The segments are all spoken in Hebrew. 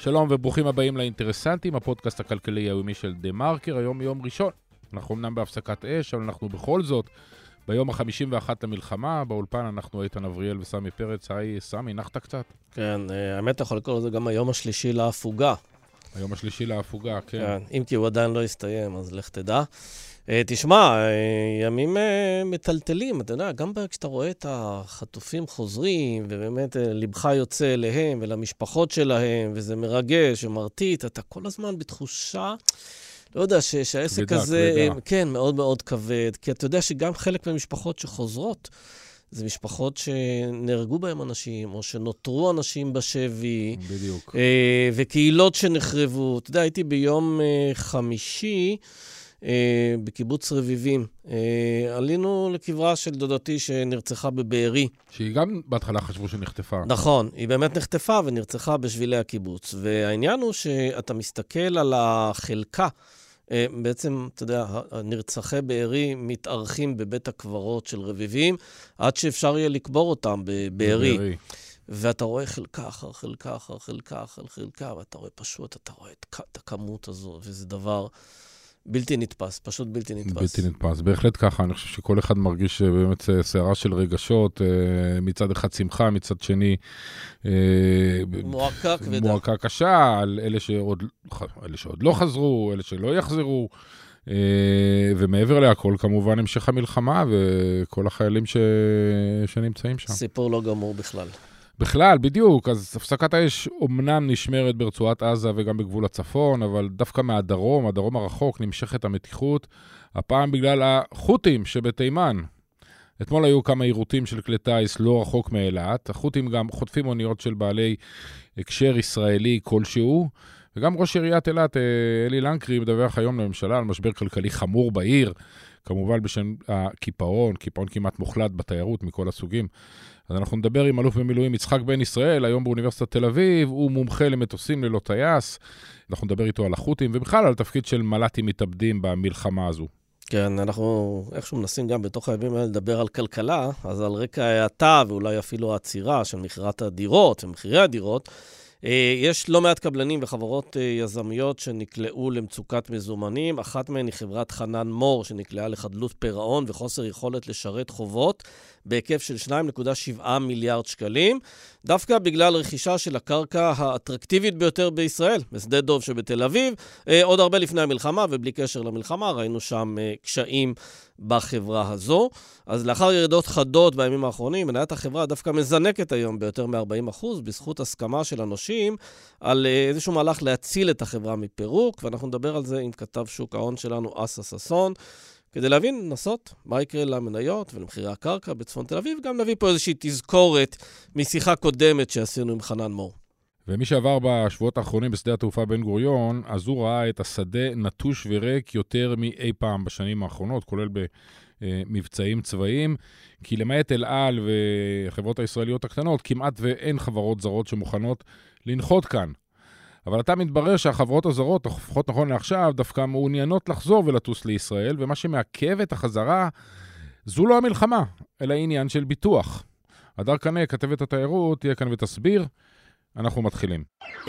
שלום וברוכים הבאים לאינטרסנטים, הפודקאסט הכלכלי היומי של דה מרקר. היום יום ראשון, אנחנו אמנם בהפסקת אש, אבל אנחנו בכל זאת ביום ה-51 למלחמה. באולפן אנחנו איתן אבריאל וסמי פרץ. היי סמי, נחת קצת? כן, האמת יכול לקרוא לזה גם היום השלישי להפוגה. היום השלישי להפוגה, כן. כן, אם כי הוא עדיין לא הסתיים, אז לך תדע. תשמע, ימים מטלטלים, אתה יודע, גם כשאתה רואה את החטופים חוזרים, ובאמת לבך יוצא אליהם ולמשפחות שלהם, וזה מרגש ומרטיט, אתה כל הזמן בתחושה, לא יודע, שהעסק הזה, כן, מאוד מאוד כבד, כי אתה יודע שגם חלק מהמשפחות שחוזרות, זה משפחות שנהרגו בהם אנשים, או שנותרו אנשים בשבי, בדיוק. וקהילות שנחרבו. אתה יודע, הייתי ביום חמישי, בקיבוץ רביבים. עלינו לקברה של דודתי שנרצחה בבארי. שהיא גם בהתחלה חשבו שנחטפה. נכון, היא באמת נחטפה ונרצחה בשבילי הקיבוץ. והעניין הוא שאתה מסתכל על החלקה, בעצם, אתה יודע, נרצחי בארי מתארחים בבית הקברות של רביבים, עד שאפשר יהיה לקבור אותם בבארי. ואתה רואה חלקה אחר חלקה אחר חלקה אחר חלקה, ואתה רואה פשוט, אתה רואה את הכמות הזו, וזה דבר בלתי נתפס, פשוט בלתי נתפס. בלתי נתפס, בהחלט ככה. אני חושב שכל אחד מרגיש באמת סערה של רגשות, מצד אחד שמחה, מצד שני מועקה כבדה. מועקה קשה, על אלה שעוד לא חזרו, אלה שלא יחזרו, ומעבר להכל כמובן המשך המלחמה וכל החיילים שנמצאים שם. סיפור לא גמור בכלל. בכלל, בדיוק, אז הפסקת האש אומנם נשמרת ברצועת עזה וגם בגבול הצפון, אבל דווקא מהדרום, הדרום הרחוק, נמשכת המתיחות, הפעם בגלל החות'ים שבתימן. אתמול היו כמה עירותים של כלי טייס לא רחוק מאילת, החות'ים גם חוטפים אוניות של בעלי הקשר ישראלי כלשהו, וגם ראש עיריית אילת, אלי לנקרי, מדווח היום לממשלה על משבר כלכלי חמור בעיר, כמובן בשם הקיפאון, קיפאון כמעט מוחלט בתיירות מכל הסוגים. אז אנחנו נדבר עם אלוף במילואים יצחק בן ישראל, היום באוניברסיטת תל אביב, הוא מומחה למטוסים ללא טייס, אנחנו נדבר איתו על החות'ים, ובכלל על תפקיד של מל"טים מתאבדים במלחמה הזו. כן, אנחנו איכשהו מנסים גם בתוך הימים האלה לדבר על כלכלה, אז על רקע ההאטה ואולי אפילו העצירה של מכירת הדירות ומחירי הדירות, יש לא מעט קבלנים וחברות יזמיות שנקלעו למצוקת מזומנים. אחת מהן היא חברת חנן מור, שנקלעה לחדלות פירעון וחוסר יכולת לשרת חובות בהיקף של 2.7 מיליארד שקלים, דווקא בגלל רכישה של הקרקע האטרקטיבית ביותר בישראל, בשדה דוב שבתל אביב, עוד הרבה לפני המלחמה, ובלי קשר למלחמה, ראינו שם קשיים בחברה הזו. אז לאחר ירידות חדות בימים האחרונים, מניית החברה דווקא מזנקת היום ביותר מ-40%, בזכות הסכמה של הנושים על איזשהו מהלך להציל את החברה מפירוק, ואנחנו נדבר על זה עם כתב שוק ההון שלנו, אסא ששון, כדי להבין, נסות, מה יקרה למניות ולמחירי הקרקע בצפון תל אביב, גם נביא פה איזושהי תזכורת משיחה קודמת שעשינו עם חנן מור. ומי שעבר בשבועות האחרונים בשדה התעופה בן גוריון, אז הוא ראה את השדה נטוש וריק יותר מאי פעם בשנים האחרונות, כולל במבצעים צבאיים, כי למעט אל על וחברות הישראליות הקטנות, כמעט ואין חברות זרות שמוכנות לנחות כאן. אבל אתה מתברר שהחברות הזרות, לפחות נכון לעכשיו, דווקא מעוניינות לחזור ולטוס לישראל, ומה שמעכב את החזרה, זו לא המלחמה, אלא עניין של ביטוח. הדר קנה, כתבת התיירות, תהיה כאן ותסביר. אנחנו מתחילים.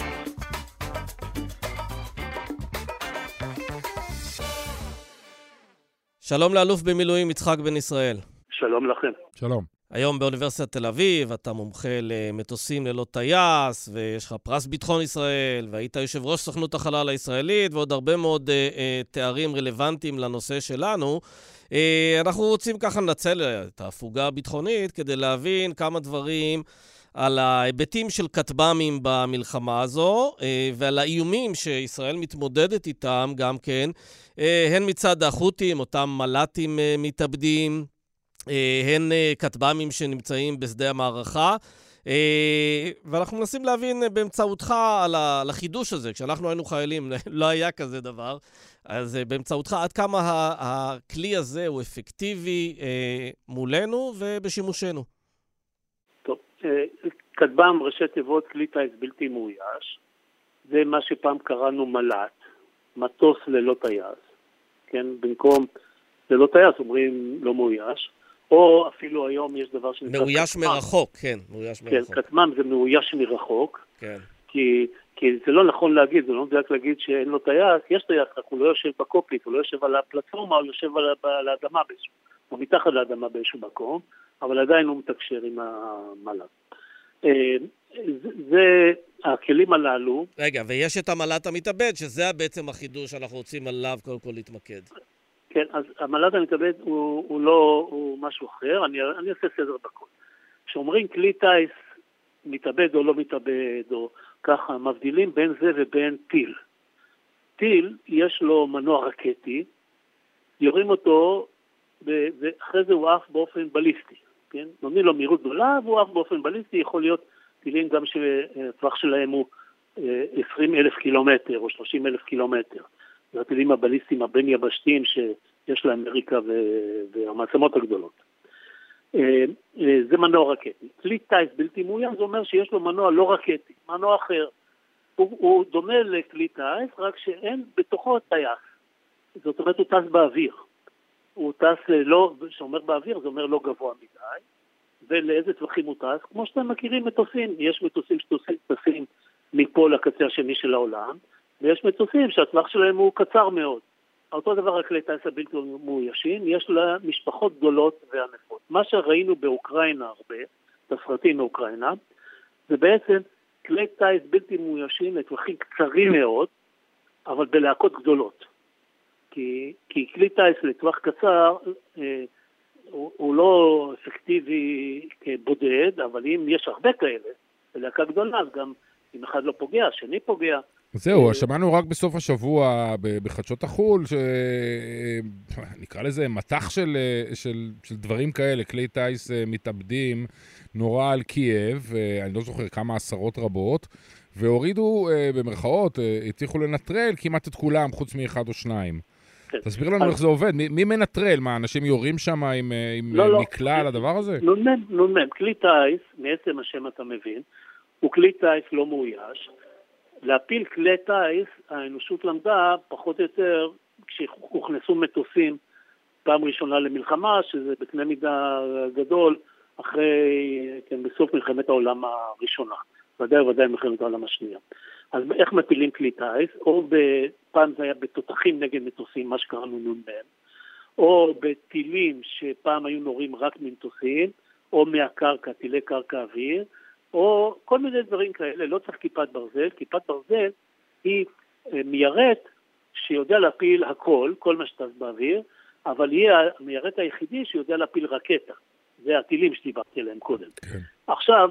שלום לאלוף במילואים יצחק בן ישראל. שלום לכם. שלום. היום באוניברסיטת תל אביב, אתה מומחה למטוסים ללא טייס, ויש לך פרס ביטחון ישראל, והיית יושב ראש סוכנות החלל הישראלית, ועוד הרבה מאוד תארים רלוונטיים לנושא שלנו. אנחנו רוצים ככה לנצל את ההפוגה הביטחונית, כדי להבין כמה דברים על ההיבטים של כטב"מים במלחמה הזו, ועל האיומים שישראל מתמודדת איתם גם כן, הן מצד החות'ים, אותם מל"טים מתאבדים, הן כטב"מים שנמצאים בשדה המערכה, ואנחנו מנסים להבין באמצעותך על החידוש הזה. כשאנחנו היינו חיילים לא היה כזה דבר, אז באמצעותך עד כמה הכלי הזה הוא אפקטיבי מולנו ובשימושנו. טוב, כטב"ם ראשי תיבות כלי טיס בלתי מאויש, זה מה שפעם קראנו מל"ט, מטוס ללא טייס, כן, במקום ללא טייס אומרים לא מאויש, או אפילו היום יש דבר שנקרא מאויש מרחוק, כן, מאויש מרחוק. כן, כטב"ם זה מאויש מרחוק. כן. כי זה לא נכון להגיד, זה לא מדויק להגיד שאין לו טייס, יש טייס, רק הוא לא יושב בקוקפיט, הוא לא יושב על הפלטפורמה, הוא יושב על האדמה באיזשהו, הוא מתחת לאדמה באיזשהו מקום, אבל עדיין הוא מתקשר עם המל"ט. זה הכלים הללו. רגע, ויש את המל"ט המתאבד, שזה בעצם החידוש שאנחנו רוצים עליו קודם כל להתמקד. כן, אז המל"ט המתאבד הוא משהו אחר, אני אעשה סדר בכל. כשאומרים כלי טייס מתאבד או לא מתאבד, או ככה, מבדילים בין זה ובין טיל. טיל, יש לו מנוע רקטי, יורים אותו, ואחרי זה הוא עף באופן בליסטי. כן? נותנים לו מהירות גדולה, והוא עף באופן בליסטי, יכול להיות טילים גם שהטווח שלהם הוא 20,000 קילומטר, או 30,000 קילומטר. זה הטילים הבליסטיים הבין יבשתיים שיש לאמריקה והמעצמות הגדולות. זה מנוע רקטי. כלי טייס בלתי מאוים, זה אומר שיש לו מנוע לא רקטי, מנוע אחר. הוא דומה לכלי טייס, רק שאין בתוכו טייס. זאת אומרת, הוא טס באוויר. הוא טס לא, שאומר באוויר, זה אומר לא גבוה מדי. ולאיזה טווחים הוא טס? כמו שאתם מכירים מטוסים. יש מטוסים שטסים מפה לקצה השני של העולם, ויש מטוסים שהטווח שלהם הוא קצר מאוד. אותו דבר הכלי טייס הבלתי מאוישים, יש לה משפחות גדולות וענפות. מה שראינו באוקראינה הרבה, בסרטים מאוקראינה, זה בעצם כלי טייס בלתי מאוישים לטווחים קצרים מאוד, אבל בלהקות גדולות. כי כלי טייס לטווח קצר הוא לא אפקטיבי כבודד, אבל אם יש הרבה כאלה, בלהקה גדולה, אז גם אם אחד לא פוגע, שני פוגע. זהו, שמענו רק בסוף השבוע בחדשות החול, נקרא לזה מטח של דברים כאלה, כלי טייס מתאבדים נורא על קייב, אני לא זוכר כמה עשרות רבות, והורידו במרכאות, הצליחו לנטרל כמעט את כולם, חוץ מאחד או שניים. תסביר לנו איך זה עובד, מי מנטרל? מה, אנשים יורים שם עם נקלה על הדבר הזה? נונמם, כלי טייס, מעצם השם אתה מבין, הוא כלי טייס לא מאויש. להפיל כלי טייס, האנושות למדה פחות או יותר כשהוכנסו מטוסים פעם ראשונה למלחמה, שזה בקנה מידה גדול אחרי, כן, בסוף מלחמת העולם הראשונה, ודאי מלחמת העולם השנייה. אז איך מפילים כלי טייס? או פעם זה היה בתותחים נגד מטוסים, מה שקראנו נ"מ, או בטילים שפעם היו נורים רק ממטוסים, או מהקרקע, טילי קרקע אוויר, או כל מיני דברים כאלה. לא צריך כיפת ברזל. כיפת ברזל היא מיירט שיודע להפיל הכל, כל מה שטס באוויר, אבל היא המיירט היחידי שיודע להפיל רקטה. זה הטילים שדיברתי עליהם קודם. כן. עכשיו,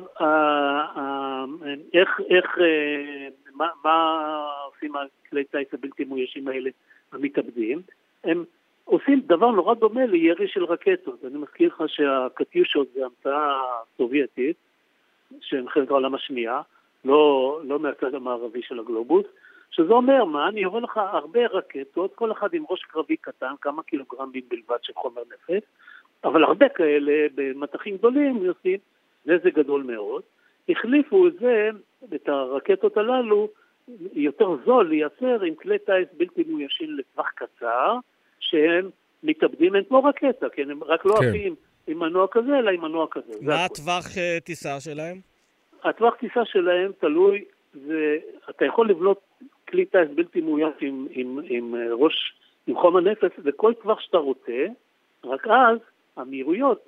מה עושים הכלי טייס הבלתי מאוישים האלה המתאבדים? הם עושים דבר נורא דומה לירי של רקטות. אני מזכיר לך שהקטיושות זה המצאה סובייטית, שמלחמת העולם השנייה, לא מהצד המערבי של הגלובוס, שזה אומר, מה, אני יורה לך הרבה רקטות, כל אחד עם ראש קרבי קטן, כמה קילוגרמים בלבד של חומר נפץ, אבל הרבה כאלה במטחים גדולים יוצאים, זה גדול מאוד. החליפו את הרקטות הללו, יותר זול לייצר עם כלי טייס בלתי מאוישים לטווח קצר, שהם מתאבדים, הם כמו רקטה, כן, הם רק לא עפים עם מנוע כזה, אלא עם מנוע כזה. מה הטווח טיסה שלהם? הטווח טיסה שלהם תלוי, אתה יכול לבנות כלי טייס בלתי מאויש עם ראש, עם חומר נפץ, וכל טווח שאתה רוצה, רק אז המהירויות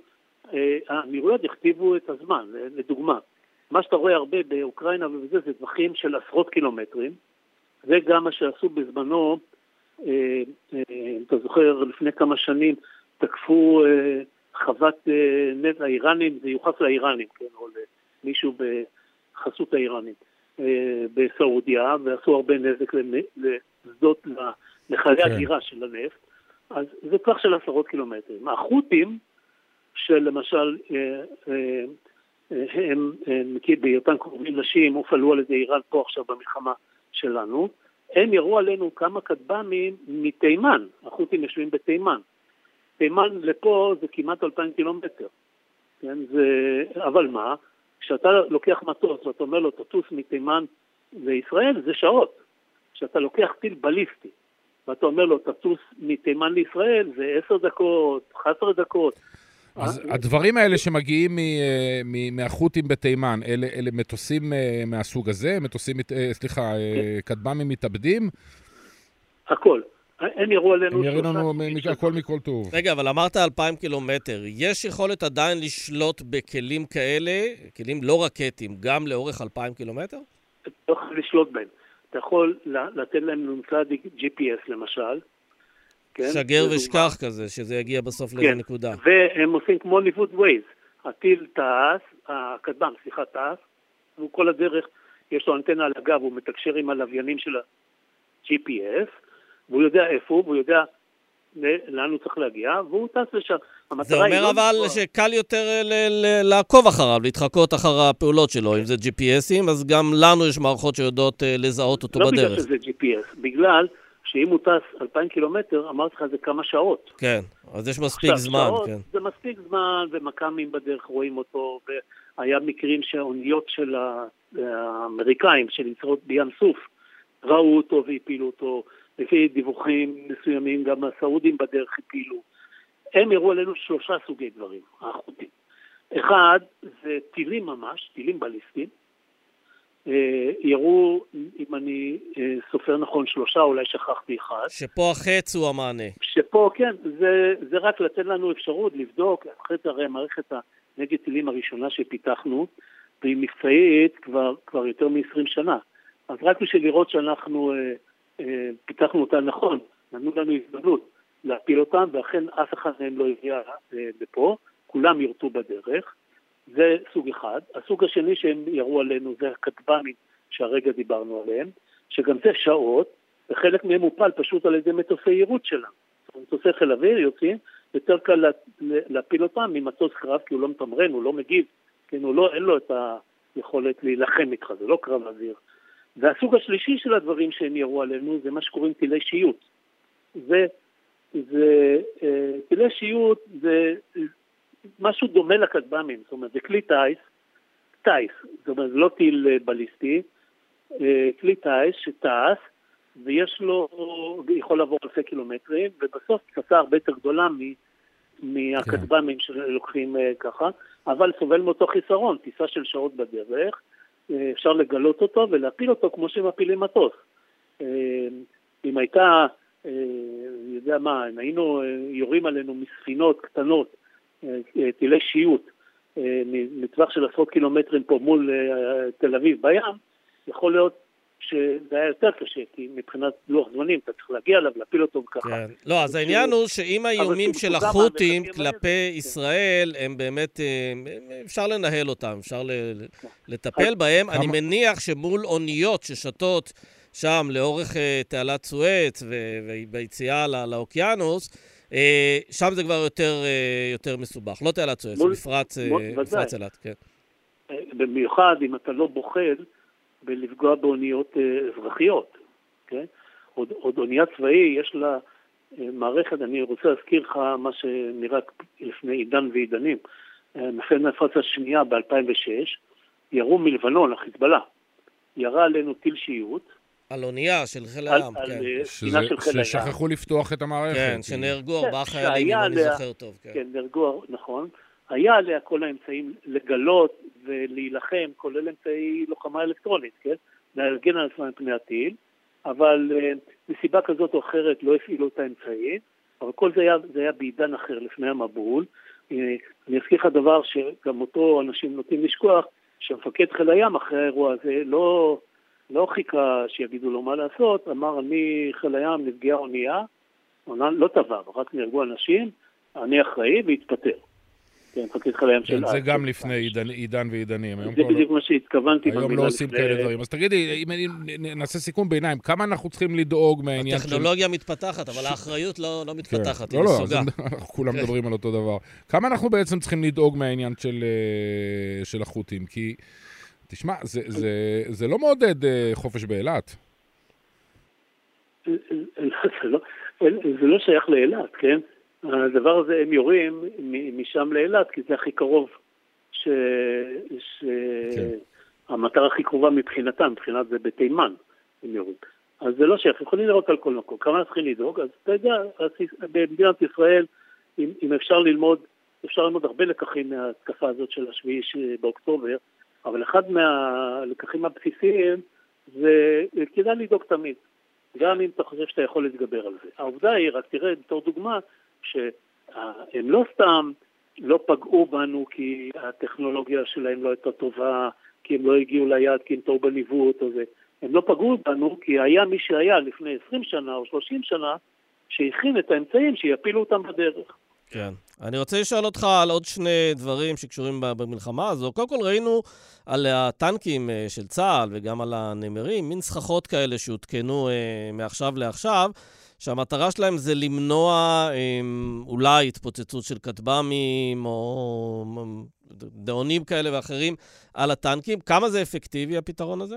יכתיבו את הזמן. לדוגמה, מה שאתה רואה הרבה באוקראינה ובזה, זה טווחים של עשרות קילומטרים, זה גם מה שעשו בזמנו, אתה זוכר, לפני כמה שנים, תקפו חוות נפט האיראנים, זה יוחס לאיראנים, כן, או למישהו בחסות האיראנים, בסעודיה, ועשו הרבה נזק לשדות, לחלי הגירה של הנפט, אז זה טווח של עשרות קילומטרים. החות'ים, שלמשל, הם בהיותם קרובים נשים, הופעלו על ידי איראן פה עכשיו במלחמה שלנו, הם יראו עלינו כמה כטב"מים מתימן, החות'ים יושבים בתימן. תימן לפה זה כמעט 2,000 קילומטר. כן, אבל מה? כשאתה לוקח מטוס ואתה אומר לו, תטוס מתימן לישראל, זה שעות. כשאתה לוקח טיל בליסטי, ואתה אומר לו, תטוס מתימן לישראל, זה 10 דקות, 11 דקות. אז הדברים האלה שמגיעים מהחות'ים בתימן, אלה מטוסים מהסוג הזה? מטוסים, סליחה, כטב"מים מתאבדים? הכל. הם יראו עלינו... הם יראו לנו הכל מכל טוב. רגע, אבל אמרת 2,000 קילומטר. יש יכולת עדיין לשלוט בכלים כאלה, כלים לא רקטיים, גם לאורך 2,000 קילומטר? אתה יכול לשלוט בהם. אתה יכול לתת להם נמצא GPS למשל. שגר ושכח כזה, שזה יגיע בסוף לאיזו נקודה. והם עושים כמו ניווט ווייז. הטיל טס, הכטב"ם, טס, וכל הדרך יש לו אנטנה על הגב, הוא מתקשר עם הלוויינים של ה-GPS, והוא יודע איפה, והוא יודע לאן הוא צריך להגיע, והוא טס לשם. זה אומר אבל שקל יותר לעקוב אחריו, להתחקות אחר הפעולות שלו. אם זה GPSים, אז גם לנו יש מערכות שיודעות לזהות אותו בדרך. לא בגלל שזה GPS, בגלל שאם הוא טס 2,000 קילומטר, אמרתי לך זה כמה שעות. כן, אז יש מספיק זמן. כן. זה מספיק זמן, ומקמים בדרך רואים אותו, והיה מקרים שהאוניות של האמריקאים שנמצאות בים סוף, ראו אותו והפילו אותו, לפי דיווחים מסוימים, גם הסעודים בדרך הפילו. הם הראו עלינו 3 סוגי דברים, החות'ים. אחד, זה טילים ממש, טילים בליסטיים. יראו, אם אני סופר נכון, 3, אולי שכחתי 1. שפה החץ הוא המענה. שפה, כן, זה רק לתת לנו אפשרות לבדוק, החץ הרי המערכת הנגד טילים הראשונה שפיתחנו, והיא מבצעית כבר יותר מ-20 שנה. אז רק בשביל לראות שאנחנו פיתחנו אותה נכון, נתנו לנו הזדמנות להפיל אותם, ואכן אף אחד מהם לא הגיע לפה, כולם ירצו בדרך. זה סוג אחד. הסוג השני שהם יראו עלינו זה הכטב"מים שהרגע דיברנו עליהם, שגם זה שעות, וחלק מהם מופל פשוט על ידי מטוסי יירוט שלנו. מטוסי חיל אוויר יוצאים, יותר קל להפיל אותם ממטוס קרב, כי הוא לא מתמרן, הוא לא מגיב, כן, אין לו את היכולת להילחם איתך, זה לא קרב אוויר. והסוג השלישי של הדברים שהם יראו עלינו זה מה שקוראים טילי שיוט. טילי שיוט זה משהו דומה לכטב"מים, זאת אומרת, זה כלי טייס, זאת אומרת, זה לא טיל בליסטי, כלי טייס שטס, ויש לו, יכול לעבור אלפי קילומטרים, ובסוף פצצה הרבה יותר גדולה מהכטב"מים שלוקחים ככה, אבל סובל מאותו חיסרון, טיסה של שעות בדרך, אפשר לגלות אותו ולהפיל אותו כמו שמפילים מטוס. אם הייתה, אני יודע מה, אם היינו יורים עלינו מספינות קטנות, טילי שיוט, מטווח של 10 קילומטרים פה מול תל אביב בים, יכול להיות שזה היה יותר קשה, כי מבחינת לוח זמנים, אתה צריך להגיע אליו, להפיל אותו וככה. כן. לא, אז העניין הוא שאם האיומים של החות'ים כלפי ישראל, הם באמת, אפשר לנהל אותם, אפשר לטפל בהם. אני מניח שמול אוניות ששתות שם לאורך תעלת סואץ וביציאה לאוקיינוס, שם זה כבר יותר מסובך. לא תעלת סואץ, מפרץ אילת, כן. במיוחד אם אתה לא בוחל, ולפגוע באוניות אזרחיות, כן? עוד אונייה צבאי, יש לה מערכת, אני רוצה להזכיר לך מה שנראה לפני עידן ועידנים, מלחמת המפרץ השנייה ב-2006, ירו מלבנון, החיזבאללה, ירה עלינו טיל שיוט, על אונייה של חיל הים, כן. ששכחו לפתוח את המערכת. כן, שנהרגו 4 חיילים, אם אני זוכר טוב. כן, נהרגו, נכון. היה עליה כל האמצעים לגלות ולהילחם, כולל אמצעי לוחמה אלקטרונית, כן? להגן על עצמם פני הטיל, אבל מסיבה כזאת או אחרת לא הפעילו את האמצעים, אבל כל זה היה בעידן אחר לפני המבול. אני אזכיר לך דבר שגם אותו אנשים נוטים לשכוח, שהמפקד חיל הים אחרי האירוע הזה לא חיכה שיגידו לו מה לעשות, אמר אני חיל הים נפגעה אונייה, לא טבע, רק נהרגו אנשים, אני אחראי והתפטר. כן, זה גם לפני עידן ועידנים. זה בדיוק מה שהתכוונתי. היום לא עושים כאלה דברים. אז תגידי, אם נעשה סיכום ביניים, כמה אנחנו צריכים לדאוג מהעניין של... הטכנולוגיה מתפתחת, אבל האחריות לא מתפתחת. לא, אנחנו כולם מדברים על אותו דבר. כמה אנחנו בעצם צריכים לדאוג מהעניין של החות'ים? כי, תשמע, זה לא מעודד חופש באילת. זה לא שייך לאילת, כן? הדבר הזה הם יורים משם לאילת, כי זה הכי קרוב, המטרה הכי קרובה מבחינתם, מבחינת זה בתימן, הם יורים. אז זה לא שייך, יכולים לראות על כל מקום. כמה צריכים לדאוג? אז אתה יודע, במדינת ישראל, אם אפשר ללמוד אפשר ללמוד הרבה לקחים מהתקפה הזאת של 7 באוקטובר, אבל אחד מהלקחים הבסיסיים זה כדאי לדאוג תמיד, גם אם אתה חושב שאתה יכול להתגבר על זה. העובדה היא, רק תראה בתור דוגמה, שהם לא סתם לא פגעו בנו כי הטכנולוגיה שלהם לא הייתה טובה, כי הם לא הגיעו ליד, כי הם טעו בניווט או זה. הם לא פגעו בנו כי היה מי שהיה לפני 20 שנה או 30 שנה, שהכין את האמצעים שיפילו אותם בדרך. כן. אני רוצה לשאול אותך על עוד שני דברים שקשורים במלחמה הזו. קודם כל ראינו על הטנקים של צה"ל וגם על הנמרים, מין סככות כאלה שהותקנו מעכשיו לעכשיו, שהמטרה שלהם זה למנוע אולי התפוצצות של כטב"מים או דאונים כאלה ואחרים על הטנקים. כמה זה אפקטיבי הפתרון הזה?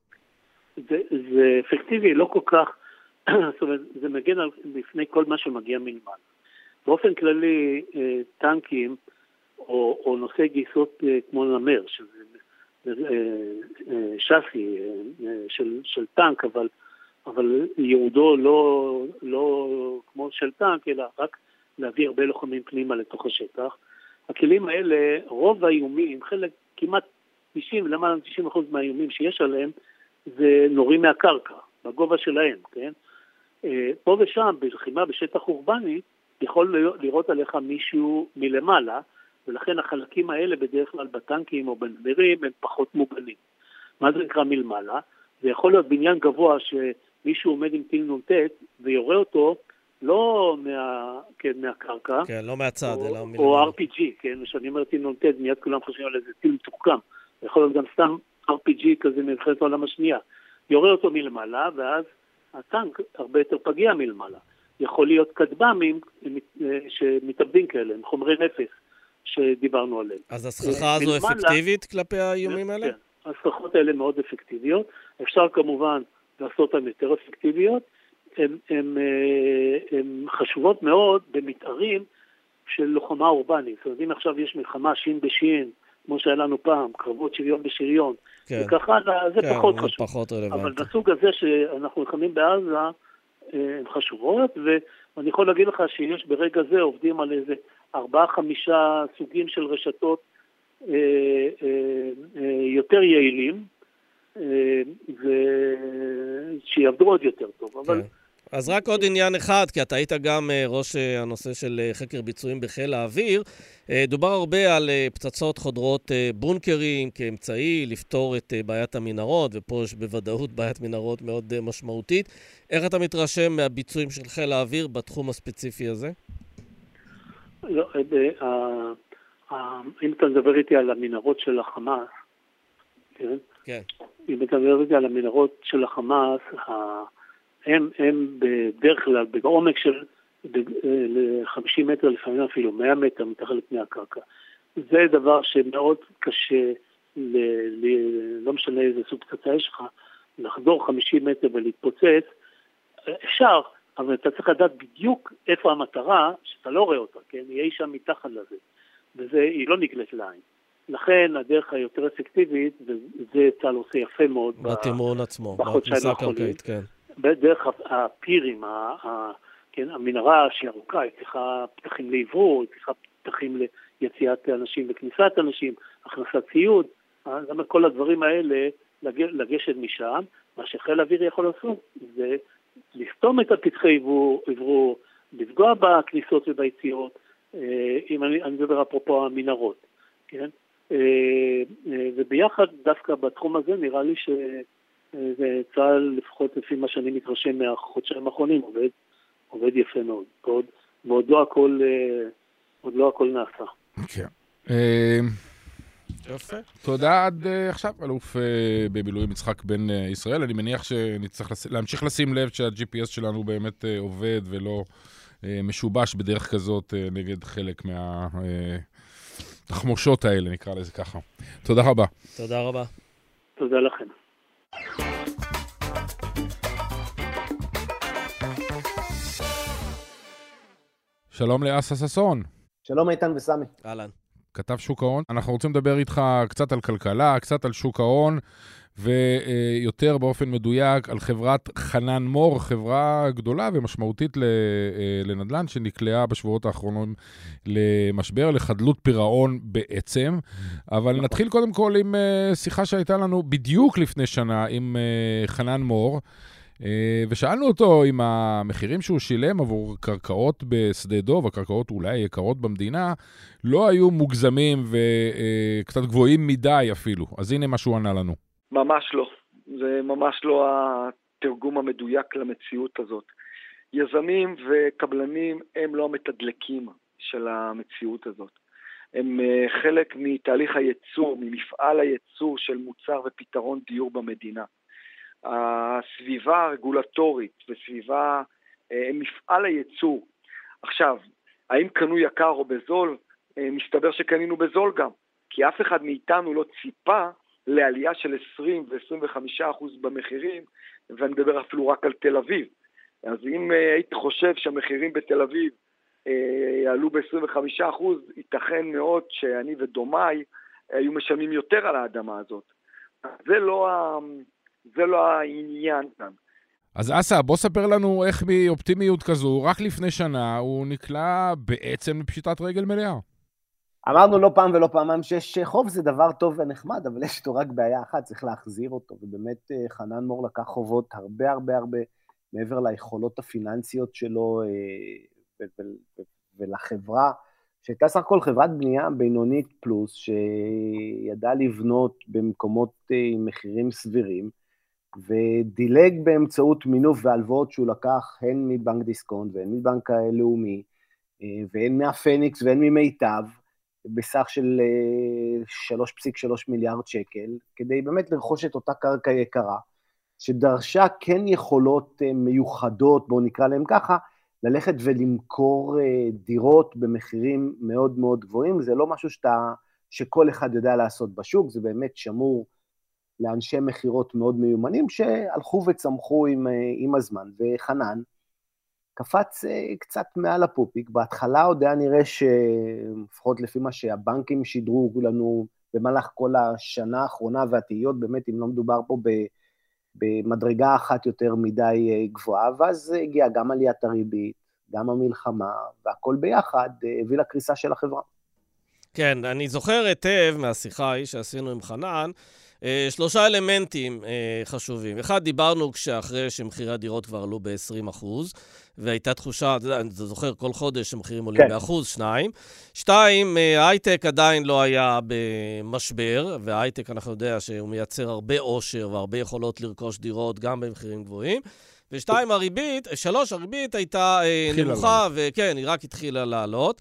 זה אפקטיבי, לא כל כך, זאת אומרת, זה מגן לפני כל מה שמגיע מלמעלה. באופן כללי, טנקים או נושאי גיסות כמו נמר, שזה שסי של טנק, אבל ייעודו לא כמו של טנק, אלא רק להביא הרבה לוחמים פנימה לתוך השטח. הכלים האלה, רוב האיומים, חלק, כמעט 90, למעלה 90% מהאיומים שיש עליהם, זה נורים מהקרקע, בגובה שלהם, כן? פה ושם, בלחימה בשטח אורבני, יכול לראות עליך מישהו מלמעלה, ולכן החלקים האלה בדרך כלל בטנקים או בנמרים הם פחות מוגנים. מה זה נקרא מלמעלה? זה יכול להיות בניין גבוה שמישהו עומד עם טיל נ"ט ויורה אותו לא מהקרקע. כן, לא מהצד, אלא מלמעלה. או RPG, כן? כשאני אומר טיל נ"ט, מיד כולם חושבים על איזה טיל מתוחכם. זה יכול להיות גם סתם RPG כזה מלחמת העולם השנייה. יורה אותו מלמעלה, ואז הטנק הרבה יותר פגיע מלמעלה. יכול להיות כטב"מים שמתאבדים כאלה, עם חומרי נפץ שדיברנו עליהם. אז הסככה הזו אפקטיבית כלפי האיומים האלה? כן, הסככות האלה מאוד אפקטיביות. אפשר כמובן לעשות אותן יותר אפקטיביות. הן חשובות מאוד במתארים של לוחמה אורבנית. זאת אומרת, אם עכשיו יש מלחמה שין בשין, כמו שהיה לנו פעם, קרבות שריון בשריון, וככה זה פחות חשוב. פחות רלוונטי. אבל בסוג הזה שאנחנו נלחמים בעזה, הן חשובות, ואני יכול להגיד לך שיש ברגע זה עובדים על איזה 4-5 סוגים של רשתות יותר יעילים, ושיעבדו עוד יותר טוב. אבל אז רק עוד עניין אחד, כי אתה היית גם ראש הנושא של חקר ביצועים בחיל האוויר. דובר הרבה על פצצות חודרות בונקרים כאמצעי לפתור את בעיית המנהרות, ופה יש בוודאות בעיית מנהרות מאוד משמעותית. איך אתה מתרשם מהביצועים של חיל האוויר בתחום הספציפי הזה? לא, אם אתה מדבר איתי על המנהרות של החמאס, כן? כן. אם אתה מדבר איתי על המנהרות של החמאס, הם בדרך כלל בעומק של 50 מטר, לפעמים אפילו 100 מטר מתחת לפני הקרקע. זה דבר שמאוד קשה, לא משנה איזה סוג פצצה יש לך, לחזור 50 מטר ולהתפוצץ, אפשר, אבל אתה צריך לדעת בדיוק איפה המטרה, שאתה לא רואה אותה, כן? היא שם מתחת לזה, והיא לא נגלית לעין. לכן הדרך היותר אפקטיבית, וזה צה"ל עושה יפה מאוד בתמרון עצמו, בכניסה הקרקעית, כן. בדרך הפירים, כן, המנהרה שהיא ארוכה, היא צריכה פתחים לעברור, היא צריכה פתחים ליציאת אנשים וכניסת אנשים, הכנסת ציוד, גם כל הדברים האלה לגשת משם. מה שחיל האוויר יכול לעשות זה לסתום את הפתחי עברור, לפגוע בכניסות וביציאות, אם אני מדבר אפרופו המנהרות, כן? וביחד דווקא בתחום הזה נראה לי צה"ל, לפחות לפי מה שאני מתרשם מהחודשיים האחרונים, עובד יפה מאוד. ועוד לא הכל נעשה. כן. יפה. תודה עד עכשיו, אלוף במילואים יצחק בן ישראל. אני מניח שנצטרך להמשיך לשים לב שה-GPS שלנו באמת עובד ולא משובש בדרך כזאת נגד חלק מהתחמושות האלה, נקרא לזה ככה. תודה רבה. תודה רבה. תודה לכם. שלום לאסה ששון. שלום איתן וסמי. אהלן. כתב שוק ההון. אנחנו רוצים לדבר איתך קצת על כלכלה, קצת על שוק ההון, ויותר באופן מדויק על חברת חנן מור, חברה גדולה ומשמעותית לנדל"ן, שנקלעה בשבועות האחרונים למשבר, לחדלות פירעון בעצם. אבל נתחיל קודם כל עם שיחה שהייתה לנו בדיוק לפני שנה עם חנן מור, ושאלנו אותו אם המחירים שהוא שילם עבור קרקעות בשדה דוב, הקרקעות אולי יקרות במדינה, לא היו מוגזמים וקצת גבוהים מדי אפילו. אז הנה מה שהוא ענה לנו. ממש לא. זה ממש לא התרגום המדויק למציאות הזאת. יזמים וקבלנים הם לא המתדלקים של המציאות הזאת. הם חלק מתהליך הייצור, ממפעל הייצור של מוצר ופתרון דיור במדינה. הסביבה הרגולטורית וסביבה מפעל הייצור. עכשיו, האם קנו יקר או בזול? מסתבר שקנינו בזול גם, כי אף אחד מאיתנו לא ציפה לעלייה של 20 ו-25% במחירים, ואני מדבר אפילו רק על תל אביב. אז אם הייתי חושב שהמחירים בתל אביב יעלו ב-25%, ייתכן מאוד שאני ודומיי היו משלמים יותר על האדמה הזאת. זה לא העניין כאן. אז אסה, בוא ספר לנו איך מאופטימיות כזו, רק לפני שנה הוא נקלע בעצם לפשיטת רגל מלאה. אמרנו לא פעם ולא פעמיים שחוב זה דבר טוב ונחמד, אבל יש לו רק בעיה אחת, צריך להחזיר אותו, ובאמת חנן מור לקח חובות הרבה מעבר ליכולות הפיננסיות שלו ולחברה, שהייתה סך הכל חברת בנייה בינונית פלוס, שידעה לבנות במקומות עם מחירים סבירים, ודילג באמצעות מינוף והלוואות שהוא לקח, הן מבנק דיסקונט והן מבנק לאומי, והן מהפניקס והן ממיטב, בסך של 3.3 מיליארד שקל, כדי באמת לרכוש את אותה קרקע יקרה, שדרשה כן יכולות מיוחדות, בואו נקרא להם ככה, ללכת ולמכור דירות במחירים מאוד מאוד גבוהים. זה לא משהו שכל אחד יודע לעשות בשוק, זה באמת שמור לאנשי מחירות מאוד מיומנים, שהלכו וצמחו עם הזמן. וחנן קפץ קצת מעל הפופיק, בהתחלה עוד היה נראה לפחות לפי מה שהבנקים שידרו לנו במהלך כל השנה האחרונה והתהיות, באמת אם לא מדובר פה במדרגה אחת יותר מדי גבוהה, ואז הגיעה גם עליית הריבית, גם המלחמה, והכל ביחד הביא לקריסה של החברה. כן, אני זוכר היטב מהשיחה ההיא שעשינו עם חנן, 3 אלמנטים חשובים. אחד, דיברנו כשאחרי שמחירי הדירות כבר עלו ב-20%, והייתה תחושה, אני זוכר כל חודש שמחירים עולים באחוז, 2. 2, ההייטק עדיין לא היה במשבר, וההייטק אנחנו יודע שהוא מייצר הרבה עושר והרבה יכולות לרכוש דירות גם במחירים גבוהים. ו2, הריבית, 3, הריבית הייתה נמוכה, וכן, היא רק התחילה לעלות.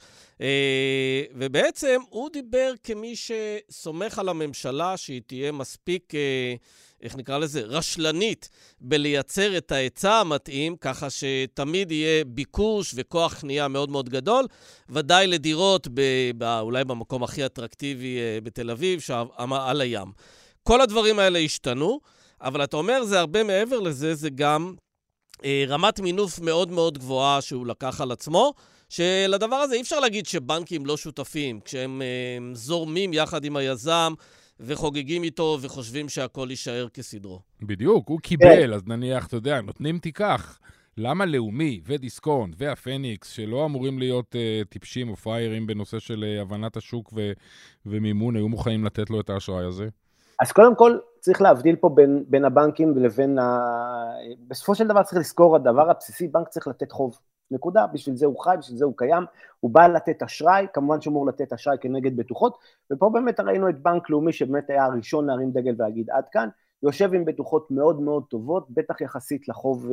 ובעצם הוא דיבר כמי שסומך על הממשלה שהיא תהיה מספיק, איך נקרא לזה, רשלנית בלייצר את ההיצע המתאים, ככה שתמיד יהיה ביקוש וכוח קנייה מאוד מאוד גדול, ודאי לדירות אולי במקום הכי אטרקטיבי בתל אביב, על הים. כל הדברים האלה השתנו, אבל אתה אומר זה הרבה מעבר לזה, זה גם רמת מינוף מאוד מאוד גבוהה שהוא לקח על עצמו, שלדבר הזה אי אפשר להגיד שבנקים לא שותפים, כשהם זורמים יחד עם היזם וחוגגים איתו וחושבים שהכל יישאר כסדרו. בדיוק, הוא קיבל, אז נניח, אתה יודע, נותנים תיקח. למה לאומי ודיסקונט והפניקס, שלא אמורים להיות טיפשים או פריירים בנושא של הבנת השוק ומימון, היו מוכנים לתת לו את האשראי הזה? אז קודם כל צריך להבדיל פה בין הבנקים ולבין בסופו של דבר צריך לזכור, הדבר הבסיסי, בנק צריך לתת חוב. נקודה, בשביל זה הוא חי, בשביל זה הוא קיים, הוא בא לתת אשראי, כמובן שאמור לתת אשראי כנגד בטוחות, ופה באמת ראינו את בנק לאומי שבאמת היה הראשון להרים דגל ולהגיד עד כאן, יושב עם בטוחות מאוד מאוד טובות, בטח יחסית לחוב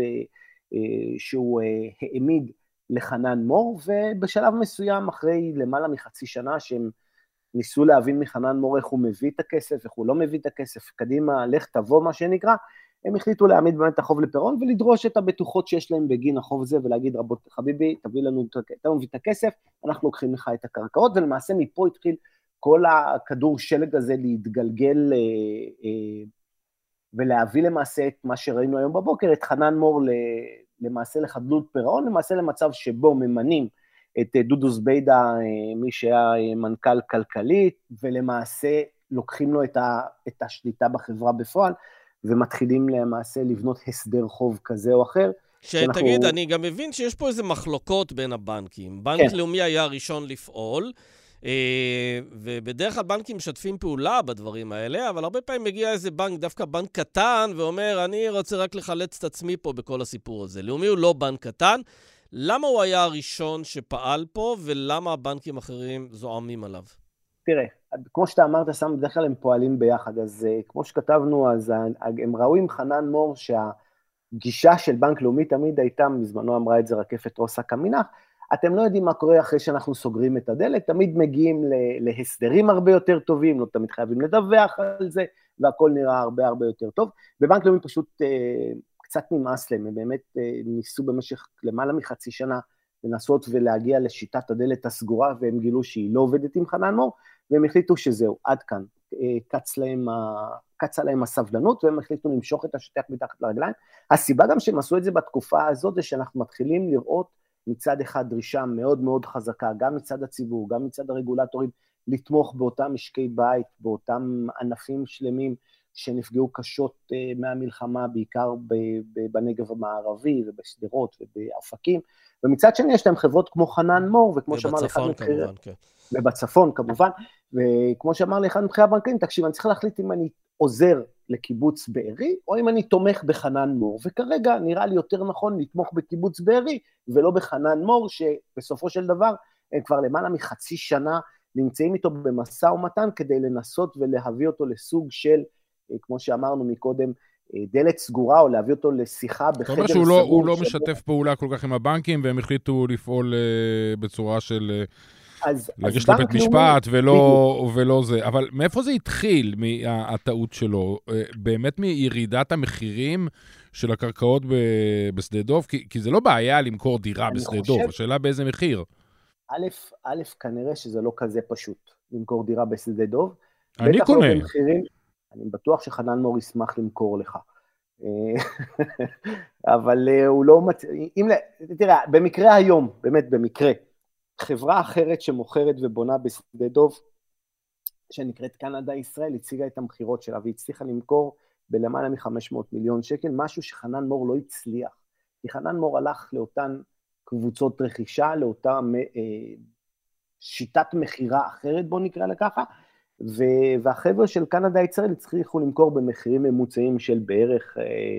שהוא העמיד לחנן מור, ובשלב מסוים אחרי למעלה מחצי שנה שהם ניסו להבין מחנן מור איך הוא מביא את הכסף, איך הוא לא מביא את הכסף, קדימה, לך תבוא מה שנקרא, הם החליטו להעמיד באמת את החוב לפירעון, ולדרוש את הבטוחות שיש להם בגין החוב זה, ולהגיד, רבות, חביבי, תביא לנו את הכסף, אנחנו לוקחים לך את הקרקעות, ולמעשה מפה התחיל כל הכדור שלג הזה להתגלגל, ולהביא למעשה את מה שראינו היום בבוקר, את חנן מור למעשה לחדלות פירעון, למעשה למצב שבו ממנים את דודו זביידה, מי שהיה מנכ"ל כלכלית, ולמעשה לוקחים לו את השליטה בחברה בפועל, ומתחילים למעשה לבנות הסדר חוב כזה או אחר. שתגיד, אני גם מבין שיש פה איזה מחלוקות בין הבנקים. בנק לאומי היה הראשון לפעול, ובדרך כלל בנקים משתפים פעולה בדברים האלה, אבל הרבה פעמים מגיע איזה בנק, דווקא בנק קטן, ואומר, אני רוצה רק לחלץ את עצמי פה בכל הסיפור הזה. לאומי הוא לא בנק קטן. למה הוא היה הראשון שפעל פה, ולמה הבנקים אחרים זועמים עליו? תראה, כמו שאתה אמרת, סם, בדרך כלל הם פועלים ביחד, אז כמו שכתבנו, אז הם ראו עם חנן מור שהגישה של בנק לאומי תמיד הייתה, מזמנו אמרה את זה רקפת רוסה קמינח, אתם לא יודעים מה קורה אחרי שאנחנו סוגרים את הדלת, תמיד מגיעים להסדרים הרבה יותר טובים, לא תמיד חייבים לדווח על זה, והכל נראה הרבה הרבה יותר טוב. בבנק לאומי פשוט קצת נמאס להם, הם באמת ניסו במשך למעלה מחצי שנה לנסות ולהגיע לשיטת הדלת הסגורה, והם גילו שהיא לא עובדת עם חנן מור, והם החליטו שזהו, עד כאן, קצה להם הסבלנות, והם החליטו למשוך את השטיח מתחת לרגליים. הסיבה גם שהם עשו את זה בתקופה הזאת, זה שאנחנו מתחילים לראות מצד אחד דרישה מאוד מאוד חזקה, גם מצד הציבור, גם מצד הרגולטורים, לתמוך באותם משקי בית, באותם ענפים שלמים שנפגעו קשות מהמלחמה, בעיקר בנגב המערבי ובשדרות ובאופקים, ומצד שני יש להם חברות כמו חנן מור, וכמו שאמר לך מבחיר, ובצפון כמובן, וכמו שאמר לך מבחיר הבנקאים, תקשיב, אני צריך להחליט אם אני עוזר לקיבוץ בארי, או אם אני תומך בחנן מור, וכרגע נראה לי יותר נכון לתמוך בקיבוץ בארי, ולא בחנן מור, שבסופו של דבר הם כבר למעלה מחצי שנה נמצאים איתו במשא ומתן, כדי לנסות ולהביא אותו לסוג של, כמו שאמרנו מקודם, דלת סגורה, או להביא אותו לשיחה בחדר סגור. זאת אומרת שהוא לא משתף פעולה כל כך עם הבנקים, והם החליטו לפעול בצורה של להגיש לבית משפט ולא זה. אבל מאיפה זה התחיל, מהטעות שלו? באמת מירידת המחירים של הקרקעות בשדה דוב? כי זה לא בעיה למכור דירה בשדה דוב, השאלה באיזה מחיר. א', כנראה שזה לא כזה פשוט למכור דירה בשדה דוב. אני קונה. אני בטוח שחנן מור ישמח למכור לך. אבל הוא לא תראה, במקרה היום, באמת במקרה, חברה אחרת שמוכרת ובונה בשדה דוב, שנקראת קנדה ישראל, הציגה את המחירות שלה, והיא הצליחה למכור בלמעלה מ-500 מיליון שקל, משהו שחנן מור לא הצליח. כי חנן מור הלך לאותן קבוצות רכישה, לאותה שיטת מחירה אחרת, בוא נקרא לככה, והחבר'ה של קנדה ישראל הצליחו למכור במחירים ממוצעים של בערך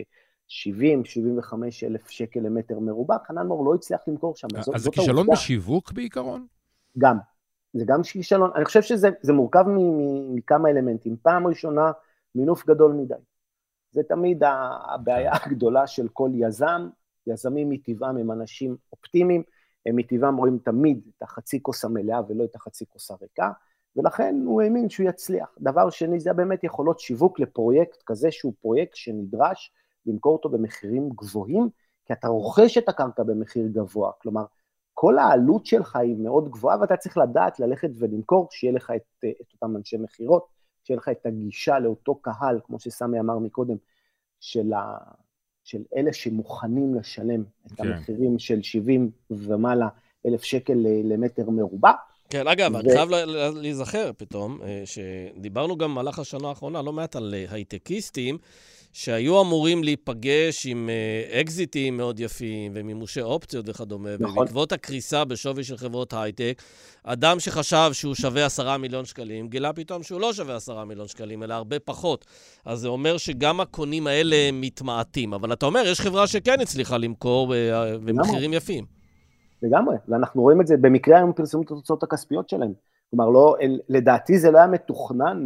70-75 אלף שקל למטר מרובע, חנן מור לא הצליח למכור שם. אז זה כישלון בשיווק בעיקרון? גם, זה גם כישלון, אני חושב שזה מורכב מכמה אלמנטים. פעם ראשונה, מינוף גדול מדי. זה תמיד הבעיה הגדולה של כל יזם, יזמים מטבעם הם אנשים אופטימיים, הם מטבעם רואים תמיד את החצי כוס המלאה ולא את החצי כוס הריקה, ולכן הוא האמין שהוא יצליח. דבר שני, זה באמת יכולות שיווק לפרויקט כזה, שהוא פרויקט שנדרש למכור אותו במחירים גבוהים, כי אתה רוכש את הקרקע במחיר גבוה, כלומר, כל העלות שלך היא מאוד גבוהה, ואתה צריך לדעת ללכת ולמכור, שיהיה לך את אותם אנשי מחירות, שיהיה לך את הגישה לאותו קהל, כמו שסמי אמר מקודם, של אלה שמוכנים לשלם את המחירים של 70 ומעלה אלף שקל למטר מרובע. כן, אגב, אני חייב להיזכר פתאום, שדיברנו גם במהלך השנה האחרונה, לא מעט על הייטקיסטים, שהיו אמורים להיפגש עם אקזיטים מאוד יפים, ומימושי אופציות וכדומה, ובעקבות הקריסה בשווי של חברות הייטק, אדם שחשב שהוא שווה 10 מיליון שקלים, גילה פתאום שהוא לא שווה 10 מיליון שקלים, אלא הרבה פחות. אז זה אומר שגם הקונים האלה מתמעטים. אבל אתה אומר, יש חברה שכן הצליחה למכור במחירים יפים. לגמרי, ואנחנו רואים את זה, במקרה היום פרסמו את התוצאות הכספיות שלהם. כלומר, לא, לדעתי זה לא היה מתוכנן,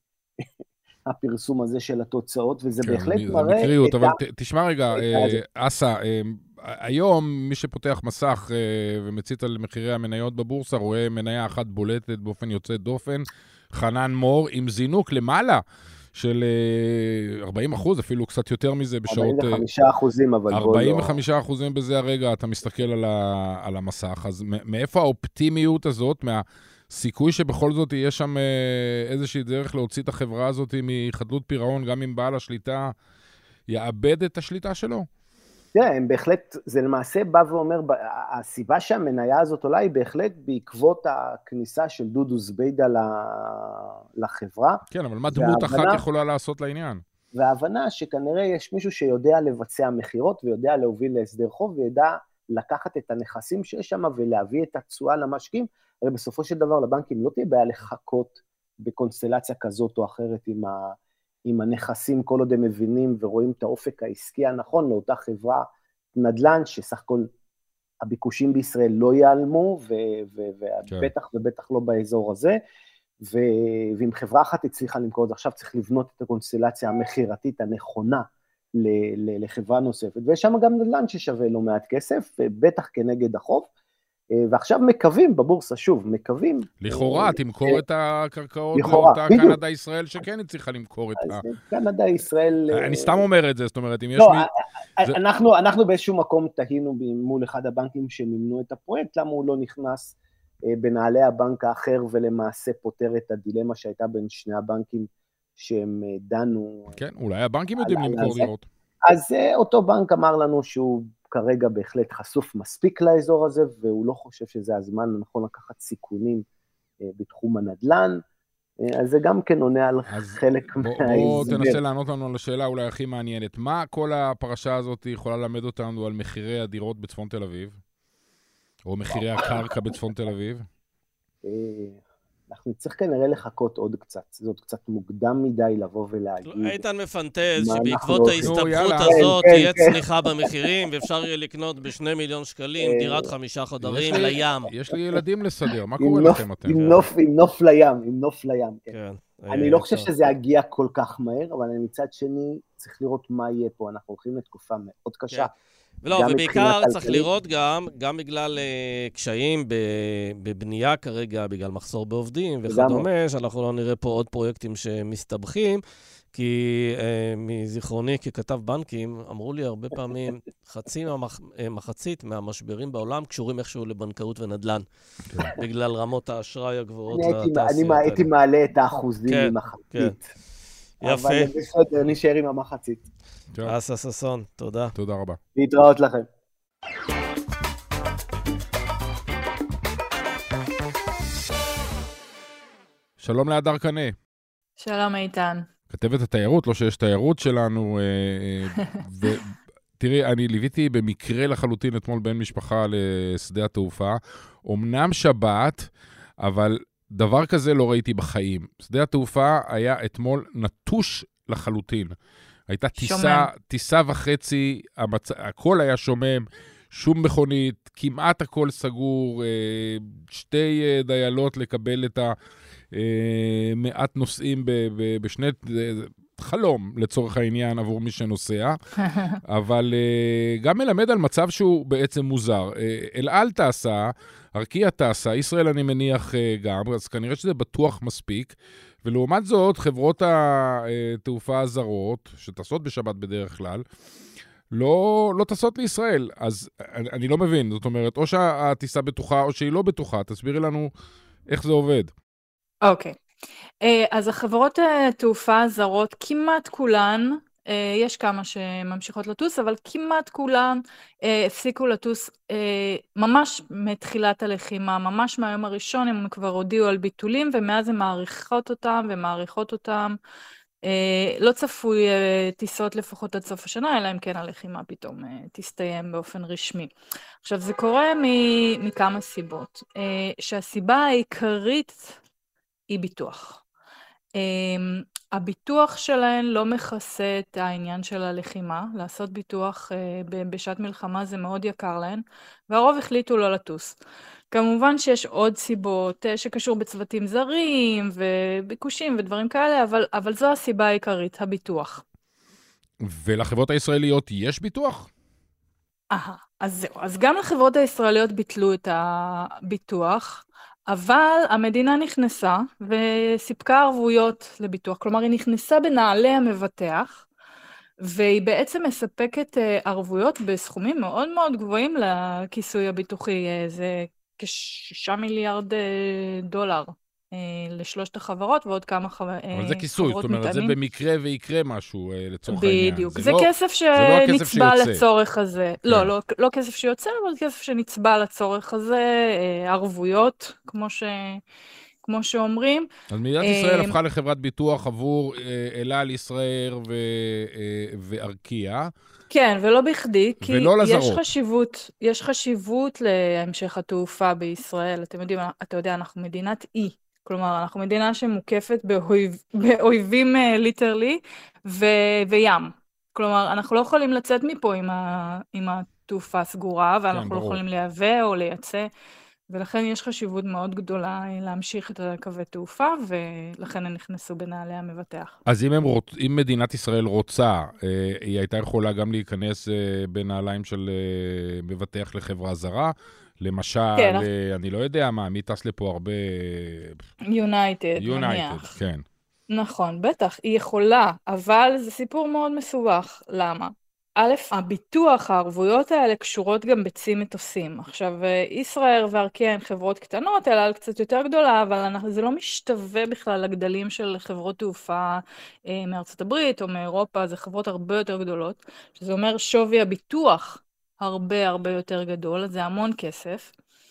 הפרסום הזה של התוצאות, וזה בהחלט מראה... מקריות, אבל תשמע רגע, אסה, היום מי שפותח מסך ומצית על מחירי המניות בבורסה, רואה מניה אחת בולטת באופן יוצא דופן, חנן מור, עם זינוק למעלה של 40%, אפילו קצת יותר מזה בשעות... 45%, אבל... 45% בזה הרגע, אתה מסתכל על המסך, אז מאיפה האופטימיות הזאת, סיכוי שבכל זאת יהיה שם איזושהי דרך להוציא את החברה הזאת מחדלות פירעון, גם אם בעל השליטה יאבד את השליטה שלו? תראה, הם בהחלט, זה למעשה בא ואומר, הסיבה שהמניה הזאת עולה היא בהחלט בעקבות הכניסה של דודו זביידה לחברה. כן, אבל מה דמות אחת יכולה לעשות לעניין? וההבנה שכנראה יש מישהו שיודע לבצע מחירות, ויודע להוביל להסדר חוב, ויודע לקחת את הנכסים שיש שם, ולהביא את התשואה למשקיעים. הרי בסופו של דבר לבנקים לא תהיה בעיה לחכות בקונסטלציה כזאת או אחרת עם הנכסים, כל עוד הם מבינים ורואים את האופק העסקי הנכון לאותה חברה נדל"ן, שסך הכל הביקושים בישראל לא ייעלמו, ובטח ובטח לא באזור הזה, ואם חברה אחת הצליחה למכור, אז עכשיו צריך לבנות את הקונסטלציה המחירתית הנכונה לחברה נוספת, ויש שם גם נדל"ן ששווה לא מעט כסף, בטח כנגד החוב, ועכשיו מקווים בבורסה, שוב, מקווים. לכאורה, תמכור את הקרקעות לאותה קנדה ישראל שכן הצליחה למכור את ה... קנדה ישראל... אני סתם אומר את זה, זאת אומרת, אם יש מי... אנחנו באיזשהו מקום תהינו מול אחד הבנקים שמימנו את הפרויקט, למה הוא לא נכנס בנעלי הבנק האחר, ולמעשה פותר את הדילמה שהייתה בין שני הבנקים שהם דנו... כן, אולי הבנקים יודעים למכור דירות. אז אותו בנק אמר לנו שהוא כרגע בהחלט חשוף מספיק לאזור הזה, והוא לא חושב שזה הזמן הנכון לקחת סיכונים בתחום הנדל"ן, אז זה גם כן עונה על חלק מההסבר. בוא תנסה לענות לנו על השאלה אולי הכי מעניינת. מה כל הפרשה הזאת יכולה ללמד אותנו על מחירי הדירות בצפון תל אביב? או מחירי הקרקע בצפון תל אביב? אנחנו צריך כנראה לחכות עוד קצת, זאת קצת מוקדם מדי לבוא ולהגיד. איתן מפנטז שבעקבות ההסתבכות הזאת תהיה צניחה במחירים, ואפשר יהיה לקנות ב2 מיליון שקלים דירת 5 חדרים לים. יש לי ילדים לסדר, מה קורה לכם אתם? עם נוף לים, כן. אני לא חושב שזה יגיע כל כך מהר, אבל מצד שני צריך לראות מה יהיה פה, אנחנו הולכים לתקופה מאוד קשה. ולא, ובעיקר צריך לראות גם בגלל קשיים בבנייה כרגע, בגלל מחסור בעובדים וכדומה, שאנחנו לא נראה פה עוד פרויקטים שמסתבכים, כי מזיכרוני ככתב בנקים, אמרו לי הרבה פעמים, מחצית מהמשברים בעולם קשורים איכשהו לבנקאות ונדל"ן, בגלל רמות האשראי הגבוהות לתעשיות. אני הייתי מעלה את האחוזים ממחצית. יפה. אבל אני נשאר עם המחצית. אסא ששון, תודה. תודה רבה. להתראות לכם. שלום להדר קנה. שלום איתן. כתבת התיירות, לא שיש תיירות שלנו, ותראי, אני ליוויתי במקרה לחלוטין אתמול בן משפחה לשדה התעופה, אמנם שבת, אבל דבר כזה לא ראיתי בחיים. שדה התעופה היה אתמול נטוש לחלוטין. הייתה טיסה וחצי, הכל היה שומם, שום מכונית, כמעט הכל סגור, 2 דיילות לקבל את מעט נוסעים בשני חלום לצורך העניין עבור מי שנוסע, אבל גם מלמד על מצב שהוא בעצם מוזר. אל על טסה, ארקיע טסה, ישראל אני מניח גם, אז כנראה שזה בטוח מספיק, ולעומת זאת, חברות התעופה הזרות, שטסות בשבת בדרך כלל, לא טסות לישראל. אז אני לא מבין, זאת אומרת, או שהטיסה בטוחה או שהיא לא בטוחה. תסבירי לנו איך זה עובד. אוקיי. אז החברות התעופה הזרות, כמעט כולן, יש כמה שממשיכות לטוס, אבל כמעט כולן הפסיקו לטוס ממש מתחילת הלחימה, ממש מהיום הראשון הם כבר הודיעו על ביטולים, ומאז הן מעריכות אותם, לא צפוי טיסות לפחות עד סוף השנה, אלא אם כן הלחימה פתאום תסתיים באופן רשמי. עכשיו זה קורה מכמה סיבות, שהסיבה העיקרית היא ביטוח. הביטוח שלהן לא מכסה את העניין של הלחימה, לעשות ביטוח בשעת מלחמה זה מאוד יקר להן, והרוב החליטו לא לטוס. כמובן שיש עוד סיבות שקשור בצוותים זרים וביקושים ודברים כאלה, אבל זו הסיבה העיקרית, הביטוח. ולחברות הישראליות יש ביטוח? אז זהו. אז גם לחברות הישראליות ביטלו את הביטוח, אבל המדינה נכנסה וסיפקה ערבויות לביטוח, כלומר היא נכנסה בנעלי המבטח, והיא בעצם מספקת ערבויות בסכומים מאוד מאוד גבוהים לכיסוי הביטוחי, זה כ$6 מיליארד לשלושת החברות, ועוד כמה חברות מטענים. אבל זה כיסוי, זאת אומרת, זה במקרה ויקרה משהו לצורך העניין. בדיוק, זה כסף שנצבע לצורך הזה. לא כסף שיוצא, אבל כסף שנצבע לצורך הזה, ערבויות, כמו שאומרים. אז מדינת ישראל הפכה לחברת ביטוח עבור אל על ישראל וארקיע. כן, ולא בכדי, כי יש יש חשיבות להמשך התעופה בישראל. אתה יודע, אנחנו מדינת אי. כלומר, אנחנו מדינה שמוקפת באויבים ליטרלי וים. כלומר, אנחנו לא יכולים לצאת מפה עם התעופה סגורה, ואנחנו לא יכולים לייבא או לייצא, ולכן יש חשיבות מאוד גדולה להמשיך את הקווי תעופה, ולכן הם נכנסו בנעלי המבטח. אז אם מדינת ישראל רוצה, היא הייתה יכולה גם להיכנס בנעליים של מבטח לחברה זרה, למשל, כן. אני לא יודע מה, מי טס לפה הרבה... יונייטד, נניח. כן. נכון, בטח, היא יכולה, אבל זה סיפור מאוד מסובך. למה? א', הביטוח, הערבויות האלה קשורות גם בצי מטוסים. עכשיו, ישראל וארקיע הן חברות קטנות, אל על קצת יותר גדולה, אבל זה לא משתווה בכלל לגדלים של חברות תעופה מארצות הברית או מאירופה, זה חברות הרבה יותר גדולות, שזה אומר שווי הביטוח הרבה הרבה יותר גדול, זה המון כסף,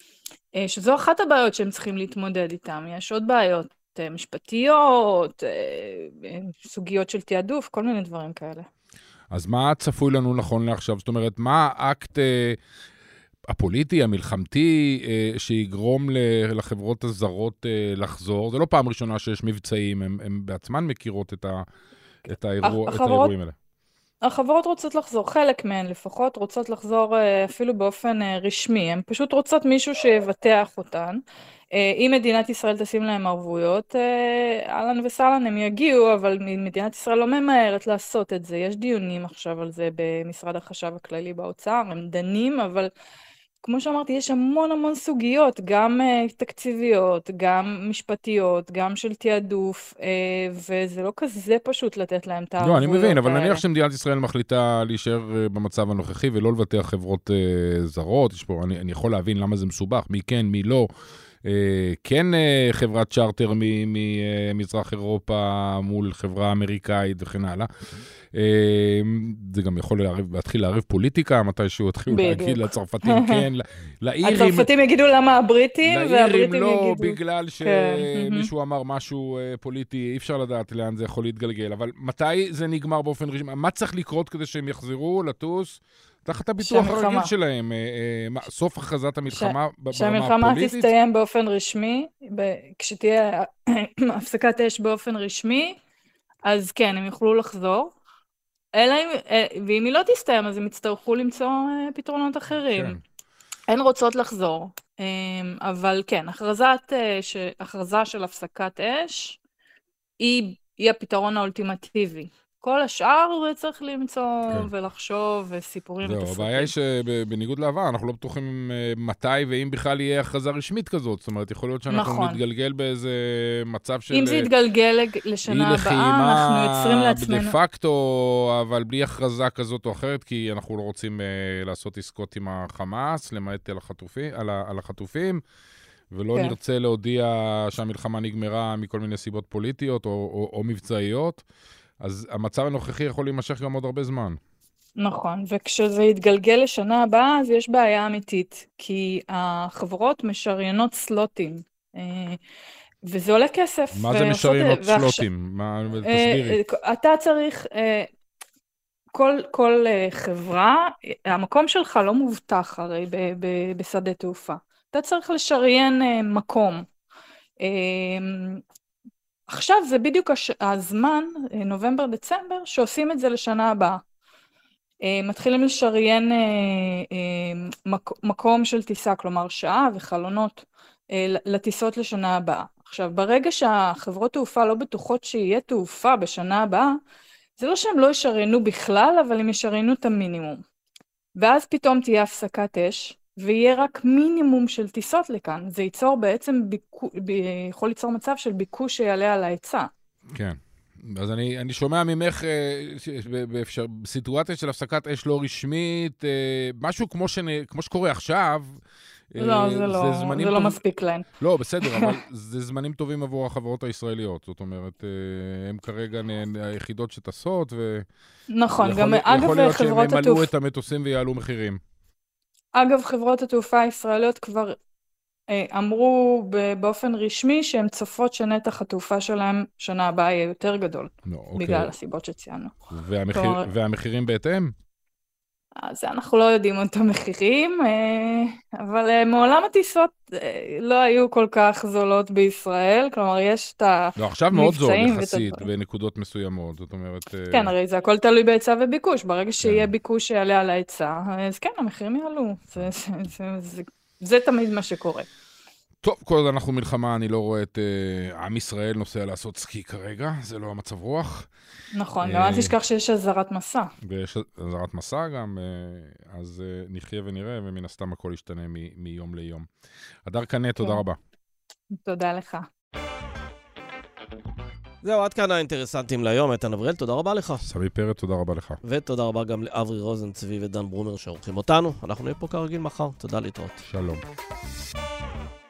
שזו אחת הבעיות שהם צריכים להתמודד איתם. יש עוד בעיות משפטיות, סוגיות של תיעדוף, כל מיני דברים כאלה. אז מה צפוי לנו נכון לעכשיו? זאת אומרת, מה האקט הפוליטי, המלחמתי, שיגרום לחברות הזרות לחזור? זה לא פעם ראשונה שיש מבצעים, הם בעצמן מכירות את האירועים האלה. החברות רוצות לחזור, חלק מהן לפחות רוצות לחזור אפילו באופן רשמי, הן פשוט רוצות מישהו שיבטח אותן. אם מדינת ישראל תשים להם ערבויות, אהלן וסהלן הם יגיעו, אבל מדינת ישראל לא ממהרת לעשות את זה. יש דיונים עכשיו על זה במשרד החשב הכללי באוצר, הם דנים, אבל כמו שאמרתי, יש המון המון סוגיות, גם תקציביות, גם משפטיות, גם של תיעדוף, וזה לא כזה פשוט לתת להם את הערבויות האלה. לא, אני מבין, אבל נניח שמדינת ישראל מחליטה להישאר במצב הנוכחי, ולא לבטח חברות זרות, אני יכול להבין למה זה מסובך, מי כן, מי לא, כן חברת צ'ארטר ממזרח אירופה מול חברה אמריקאית וכן הלאה. זה גם יכול להתחיל לערב פוליטיקה, מתישהו התחילו להגיד לצרפתים כן, לאירים... הצרפתים יגידו למה הבריטים, והבריטים יגידו... לאירים לא, בגלל שמישהו אמר משהו פוליטי, אי אפשר לדעת לאן זה יכול להתגלגל, אבל מתי זה נגמר באופן רשמי? מה צריך לקרות כדי שהם יחזרו לטוס? תחת הביטוח הרגיל שלהם, סוף הכרזת המלחמה ברמה הפוליטית? שהמלחמה תסתיים באופן רשמי, כשתהיה הפסקת אש באופן רשמי, אז כן, הם יוכלו לחזור. ואם היא לא תסתיים, אז הם יצטרכו למצוא פתרונות אחרים. הן רוצות לחזור. אבל כן, הכרזה של הפסקת אש היא הפתרון האולטימטיבי. כל השאר צריך למצוא ולחשוב וסיפורים ותסרטים. הבעיה היא שבניגוד לעבר, אנחנו לא בטוחים מתי ואם בכלל יהיה הכרזה רשמית כזאת. זאת אומרת, יכול להיות שאנחנו נתגלגל באיזה מצב של... אם זה יתגלגל לשנה הבאה, אנחנו יוצרים לעצמנו... דה פקטו, אבל בלי הכרזה כזאת או אחרת, כי אנחנו לא רוצים לעשות עסקות עם החמאס, למעט על החטופים, ולא נרצה להודיע שהמלחמה נגמרה מכל מיני סיבות פוליטיות או מבצעיות. אז המצב הנוכחי יכול להימשך גם עוד הרבה זמן. נכון, וכשזה יתגלגל לשנה הבאה, אז יש בעיה אמיתית, כי החברות משריינות סלוטים, וזה עולה כסף. מה זה משריינות סלוטים? תסבירי. אתה צריך, כל חברה, המקום שלך לא מובטח הרי בשדה תעופה. אתה צריך לשריין מקום. עכשיו זה בדיוק הזמן, נובמבר-דצמבר, שעושים את זה לשנה הבאה. מתחילים לשריין מקום של טיסה, כלומר שעה וחלונות לטיסות לשנה הבאה. עכשיו, ברגע שהחברות תעופה לא בטוחות שיהיה תעופה בשנה הבאה, זה לא שהם לא ישריינו בכלל, אבל הם ישריינו את המינימום. ואז פתאום תהיה הפסקת אש, ויהיה רק מינימום של טיסות לכאן. זה ייצור בעצם, יכול ליצור מצב של ביקוש שיעלה על ההיצע. כן. אז אני שומע ממך, בסיטואציה של הפסקת אש לא רשמית, משהו כמו שקורה עכשיו, לא, זה לא מספיק להם. לא, בסדר, אבל זה זמנים טובים עבור החברות הישראליות. זאת אומרת, הם כרגע היחידות שטסות, נכון, גם אגב יכול להיות שהם חברות ימלאו את המטוסים ויעלו מחירים. אגב, חברות התעופה הישראליות כבר אמרו באופן רשמי שהן צופות שנתח התעופה שלהם שנה הבאה יהיה יותר גדול, בגלל הסיבות שציינו. והמחירים בהתאם? אז אנחנו לא יודעים את המחירים, אבל מעולם הטיסות לא היו כל כך זולות בישראל, כלומר יש את המבצעים. לא, עכשיו מאוד זול יחסית בנקודות מסוימות, זאת אומרת... כן, הרי זה הכל תלוי בהיצע וביקוש, ברגע שיהיה ביקוש שיעלה על ההיצע, אז כן, המחירים יעלו, זה תמיד מה שקורה. טוב, כל עוד אנחנו מלחמה, אני לא רואה את עם ישראל נוסע לעשות סקי כרגע, זה לא המצב רוח. נכון, ואל תשכח שיש אזהרת מסע. ויש אזהרת מסע גם, אז נחיה ונראה, ומן הסתם הכל ישתנה מיום ליום. הדר קנה, תודה רבה. תודה לך. זהו, עד כאן האינטרסנטים להיום. איתן אבריאל, תודה רבה לך. סבי פרץ, תודה רבה לך. ותודה רבה גם לאברי רוזנצבי ודן ברומר שעורכים אותנו. אנחנו נהיה פה כרגיל מחר. תודה להתראות. שלום.